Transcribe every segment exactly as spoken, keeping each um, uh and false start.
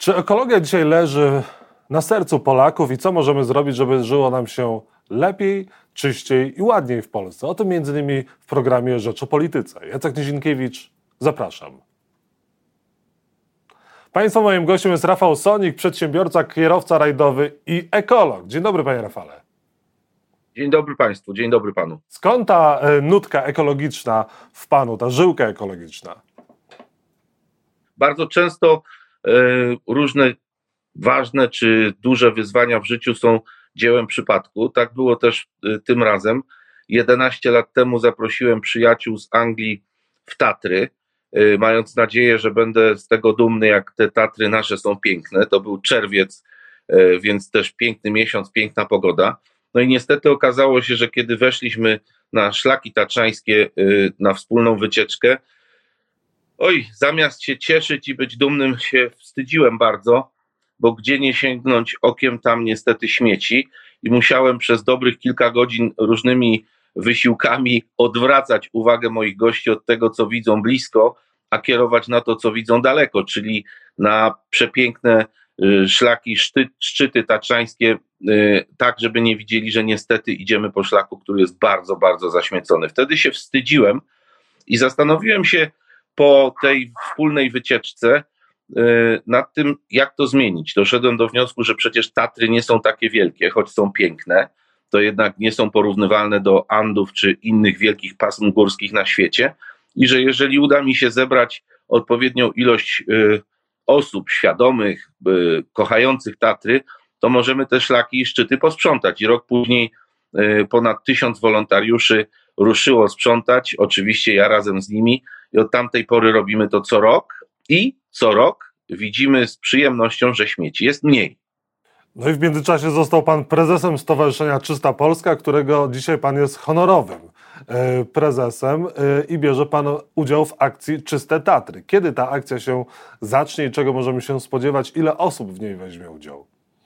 Czy ekologia dzisiaj leży na sercu Polaków i co możemy zrobić, żeby żyło nam się lepiej, czyściej i ładniej w Polsce? O tym między innymi w programie Rzecz o Polityce. Jacek Nizinkiewicz, zapraszam. Państwa, moim gościem jest Rafał Sonik, przedsiębiorca, kierowca rajdowy i ekolog. Dzień dobry, panie Rafale. Dzień dobry państwu, dzień dobry panu. Skąd ta nutka ekologiczna w panu, ta żyłka ekologiczna? Bardzo często y, różne ważne czy duże wyzwania w życiu są dziełem przypadku. Tak było też y, tym razem. jedenaście lat temu zaprosiłem przyjaciół z Anglii w Tatry, y, mając nadzieję, że będę z tego dumny, jak te Tatry nasze są piękne. To był czerwiec, y, więc też piękny miesiąc, piękna pogoda. No i niestety okazało się, że kiedy weszliśmy na szlaki tatrzańskie, y, na wspólną wycieczkę, oj, zamiast się cieszyć i być dumnym, się wstydziłem bardzo, bo gdzie nie sięgnąć okiem, tam niestety śmieci i musiałem przez dobrych kilka godzin różnymi wysiłkami odwracać uwagę moich gości od tego, co widzą blisko, a kierować na to, co widzą daleko, czyli na przepiękne y, szlaki, szty, szczyty tatrzańskie, y, tak, żeby nie widzieli, że niestety idziemy po szlaku, który jest bardzo, bardzo zaśmiecony. Wtedy się wstydziłem i zastanowiłem się po tej wspólnej wycieczce y, nad tym, jak to zmienić. Doszedłem do wniosku, że przecież Tatry nie są takie wielkie, choć są piękne, to jednak nie są porównywalne do Andów czy innych wielkich pasm górskich na świecie i że jeżeli uda mi się zebrać odpowiednią ilość y, osób świadomych, y, kochających Tatry, to możemy te szlaki i szczyty posprzątać. I rok później y, ponad tysiąc wolontariuszy ruszyło sprzątać, oczywiście ja razem z nimi, i od tamtej pory robimy to co rok i co rok widzimy z przyjemnością, że śmieci jest mniej. No i w międzyczasie został pan prezesem Stowarzyszenia Czysta Polska, którego dzisiaj pan jest honorowym prezesem i bierze pan udział w akcji Czyste Tatry. Kiedy ta akcja się zacznie i czego możemy się spodziewać? Ile osób w niej weźmie udział?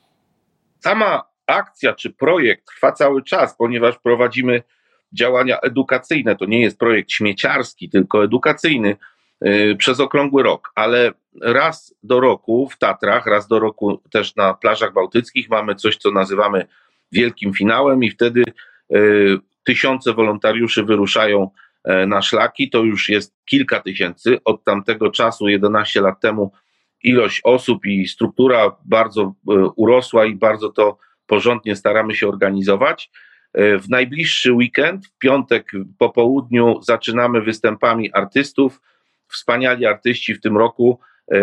Sama akcja czy projekt trwa cały czas, ponieważ prowadzimy działania edukacyjne. To nie jest projekt śmieciarski, tylko edukacyjny yy, przez okrągły rok, ale raz do roku w Tatrach, raz do roku też na plażach bałtyckich mamy coś, co nazywamy wielkim finałem i wtedy yy, tysiące wolontariuszy wyruszają yy, na szlaki. To już jest kilka tysięcy. Od tamtego czasu, jedenaście lat temu, ilość osób i struktura bardzo yy, urosła i bardzo to porządnie staramy się organizować. W najbliższy weekend, w piątek po południu, zaczynamy występami artystów. Wspaniali artyści w tym roku,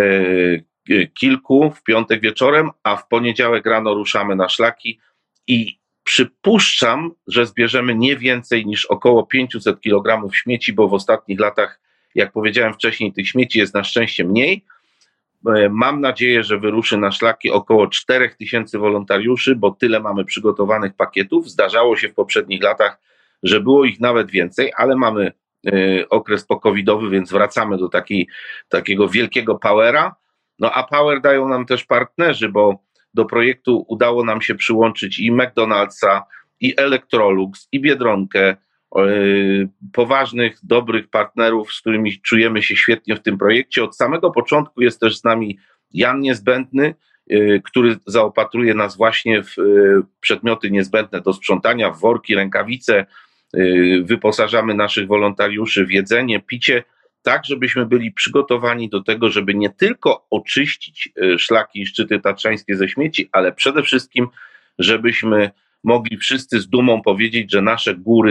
e, kilku w piątek wieczorem, a w poniedziałek rano ruszamy na szlaki i przypuszczam, że zbierzemy nie więcej niż około pięćset kilogramów śmieci, bo w ostatnich latach, jak powiedziałem wcześniej, tych śmieci jest na szczęście mniej. Mam nadzieję, że wyruszy na szlaki około cztery tysiące wolontariuszy, bo tyle mamy przygotowanych pakietów. Zdarzało się w poprzednich latach, że było ich nawet więcej, ale mamy y, okres pokowidowy, więc wracamy do takiej, takiego wielkiego powera. No a power dają nam też partnerzy, bo do projektu udało nam się przyłączyć i McDonald'sa, i Electrolux, i Biedronkę, poważnych, dobrych partnerów, z którymi czujemy się świetnie w tym projekcie. Od samego początku jest też z nami Jan Niezbędny, który zaopatruje nas właśnie w przedmioty niezbędne do sprzątania, w worki, rękawice. Wyposażamy naszych wolontariuszy w jedzenie, picie, tak żebyśmy byli przygotowani do tego, żeby nie tylko oczyścić szlaki i szczyty tatrzańskie ze śmieci, ale przede wszystkim, żebyśmy mogli wszyscy z dumą powiedzieć, że nasze góry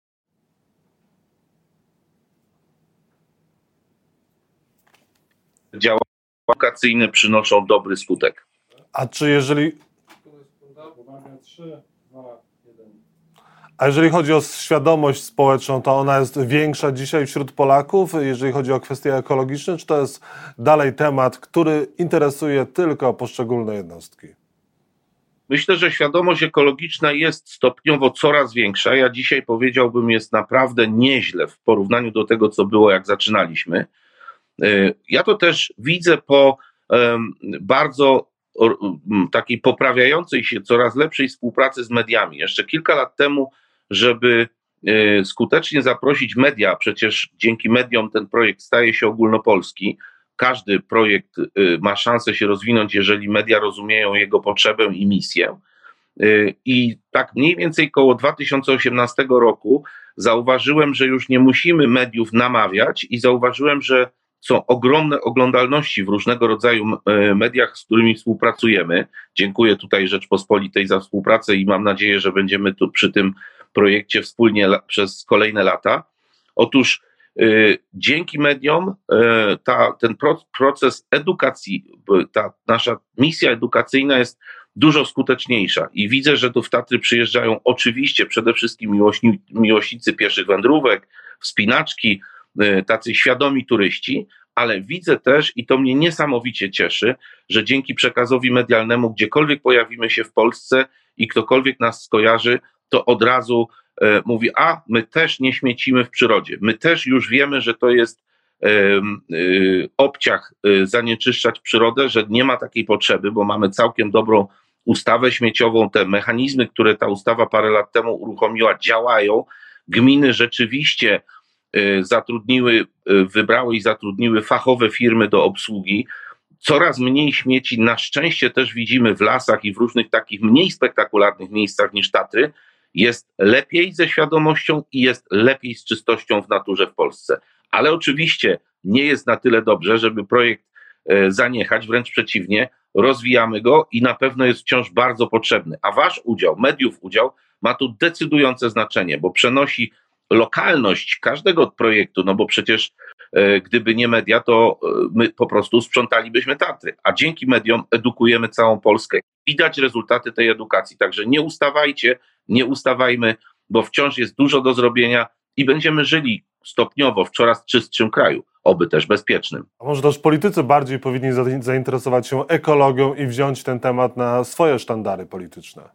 działania edukacyjne przynoszą dobry skutek. A czy jeżeli... A jeżeli chodzi o świadomość społeczną, to ona jest większa dzisiaj wśród Polaków, jeżeli chodzi o kwestie ekologiczne, czy to jest dalej temat, który interesuje tylko poszczególne jednostki? Myślę, że świadomość ekologiczna jest stopniowo coraz większa. Ja dzisiaj powiedziałbym, jest naprawdę nieźle w porównaniu do tego, co było, jak zaczynaliśmy. Ja to też widzę po um, bardzo um, takiej poprawiającej się, coraz lepszej współpracy z mediami. Jeszcze kilka lat temu, żeby um, skutecznie zaprosić media, przecież dzięki mediom ten projekt staje się ogólnopolski, każdy projekt ma szansę się rozwinąć, jeżeli media rozumieją jego potrzebę i misję. I tak mniej więcej koło dwa tysiące osiemnastego roku zauważyłem, że już nie musimy mediów namawiać i zauważyłem, że są ogromne oglądalności w różnego rodzaju mediach, z którymi współpracujemy. Dziękuję tutaj Rzeczpospolitej za współpracę i mam nadzieję, że będziemy tu przy tym projekcie wspólnie przez kolejne lata. Otóż y, dzięki mediom y, ta, ten pro, proces edukacji, ta nasza misja edukacyjna jest dużo skuteczniejsza i widzę, że tu w Tatry przyjeżdżają oczywiście przede wszystkim miłośni, miłośnicy pieszych wędrówek, wspinaczki, y, tacy świadomi turyści, ale widzę też, i to mnie niesamowicie cieszy, że dzięki przekazowi medialnemu, gdziekolwiek pojawimy się w Polsce i ktokolwiek nas skojarzy, to od razu e, mówi, a my też nie śmiecimy w przyrodzie, my też już wiemy, że to jest e, e, obciach e, zanieczyszczać przyrodę, że nie ma takiej potrzeby, bo mamy całkiem dobrą ustawę śmieciową, te mechanizmy, które ta ustawa parę lat temu uruchomiła, działają, gminy rzeczywiście e, zatrudniły, e, wybrały i zatrudniły fachowe firmy do obsługi. Coraz mniej śmieci na szczęście też widzimy w lasach i w różnych takich mniej spektakularnych miejscach niż Tatry. Jest lepiej ze świadomością i jest lepiej z czystością w naturze w Polsce. Ale oczywiście nie jest na tyle dobrze, żeby projekt e, zaniechać, wręcz przeciwnie, rozwijamy go i na pewno jest wciąż bardzo potrzebny. A wasz udział, mediów udział ma tu decydujące znaczenie, bo przenosi lokalność każdego projektu, no bo przecież e, gdyby nie media, to e, my po prostu sprzątalibyśmy Tatry, a dzięki mediom edukujemy całą Polskę. Widać rezultaty tej edukacji, także nie ustawajcie, nie ustawajmy, bo wciąż jest dużo do zrobienia i będziemy żyli stopniowo w coraz czystszym kraju, oby też bezpiecznym. A może też politycy bardziej powinni zainteresować się ekologią i wziąć ten temat na swoje sztandary polityczne?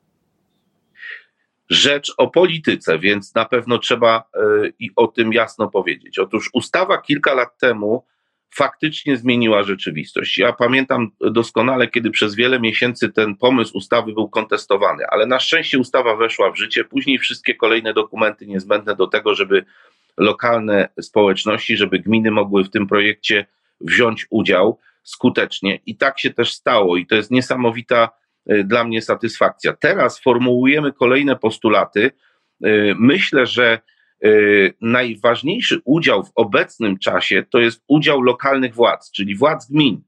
Rzecz o polityce, więc na pewno trzeba y, i o tym jasno powiedzieć. Otóż ustawa kilka lat temu faktycznie zmieniła rzeczywistość. Ja pamiętam doskonale, kiedy przez wiele miesięcy ten pomysł ustawy był kontestowany, ale na szczęście ustawa weszła w życie. Później wszystkie kolejne dokumenty niezbędne do tego, żeby lokalne społeczności, żeby gminy mogły w tym projekcie wziąć udział skutecznie i tak się też stało i to jest niesamowita dla mnie satysfakcja. Teraz formułujemy kolejne postulaty. Myślę, że najważniejszy udział w obecnym czasie to jest udział lokalnych władz, czyli władz gmin.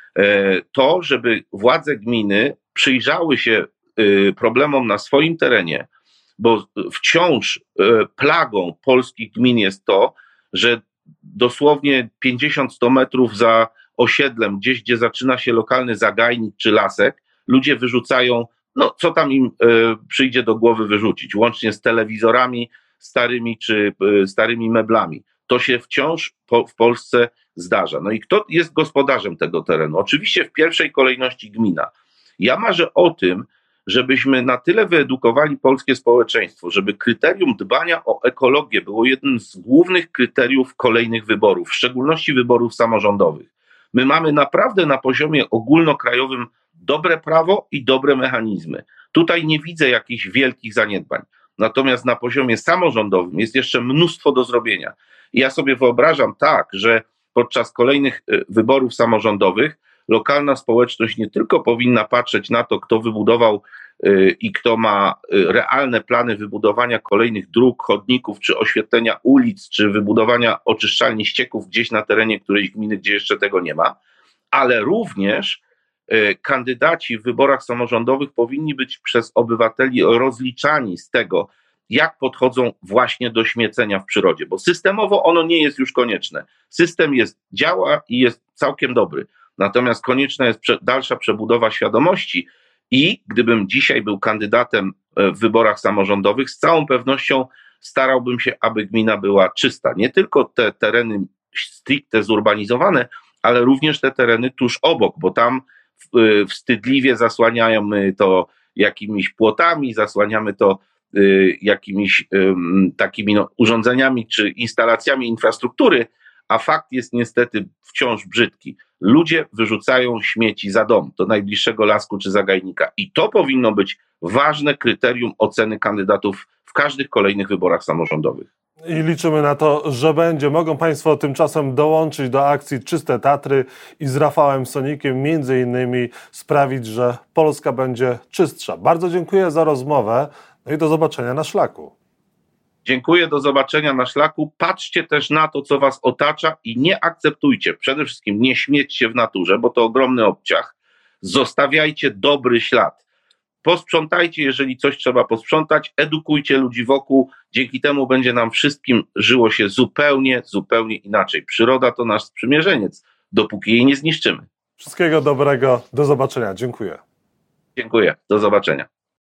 To, żeby władze gminy przyjrzały się problemom na swoim terenie, bo wciąż plagą polskich gmin jest to, że dosłownie pięćdziesiąt do stu metrów za osiedlem, gdzieś gdzie zaczyna się lokalny zagajnik czy lasek, ludzie wyrzucają, no co tam im y, przyjdzie do głowy wyrzucić, łącznie z telewizorami starymi czy y, starymi meblami. To się wciąż po, w Polsce zdarza. No i kto jest gospodarzem tego terenu? Oczywiście w pierwszej kolejności gmina. Ja marzę o tym, żebyśmy na tyle wyedukowali polskie społeczeństwo, żeby kryterium dbania o ekologię było jednym z głównych kryteriów kolejnych wyborów, w szczególności wyborów samorządowych. My mamy naprawdę na poziomie ogólnokrajowym dobre prawo i dobre mechanizmy. Tutaj nie widzę jakichś wielkich zaniedbań. Natomiast na poziomie samorządowym jest jeszcze mnóstwo do zrobienia. I ja sobie wyobrażam tak, że podczas kolejnych wyborów samorządowych lokalna społeczność nie tylko powinna patrzeć na to, kto wybudował i kto ma realne plany wybudowania kolejnych dróg, chodników, czy oświetlenia ulic, czy wybudowania oczyszczalni ścieków gdzieś na terenie którejś gminy, gdzie jeszcze tego nie ma, ale również kandydaci w wyborach samorządowych powinni być przez obywateli rozliczani z tego, jak podchodzą właśnie do śmiecenia w przyrodzie, bo systemowo ono nie jest już konieczne. System jest, działa i jest całkiem dobry, natomiast konieczna jest dalsza przebudowa świadomości i gdybym dzisiaj był kandydatem w wyborach samorządowych, z całą pewnością starałbym się, aby gmina była czysta. Nie tylko te tereny stricte zurbanizowane, ale również te tereny tuż obok, bo tam wstydliwie zasłaniamy to jakimiś płotami, zasłaniamy to jakimiś takimi no, urządzeniami czy instalacjami infrastruktury, a fakt jest niestety wciąż brzydki. Ludzie wyrzucają śmieci za dom, do najbliższego lasku czy zagajnika i to powinno być ważne kryterium oceny kandydatów w każdych kolejnych wyborach samorządowych. I liczymy na to, że będzie. Mogą Państwo tymczasem dołączyć do akcji Czyste Tatry i z Rafałem Sonikiem między innymi sprawić, że Polska będzie czystsza. Bardzo dziękuję za rozmowę, no i do zobaczenia na szlaku. Dziękuję, do zobaczenia na szlaku. Patrzcie też na to, co was otacza i nie akceptujcie, przede wszystkim nie śmiećcie w naturze, bo to ogromny obciach. Zostawiajcie dobry ślad. Posprzątajcie, jeżeli coś trzeba posprzątać, edukujcie ludzi wokół, dzięki temu będzie nam wszystkim żyło się zupełnie, zupełnie inaczej. Przyroda to nasz sprzymierzeniec, dopóki jej nie zniszczymy. Wszystkiego dobrego, do zobaczenia, dziękuję. Dziękuję, do zobaczenia.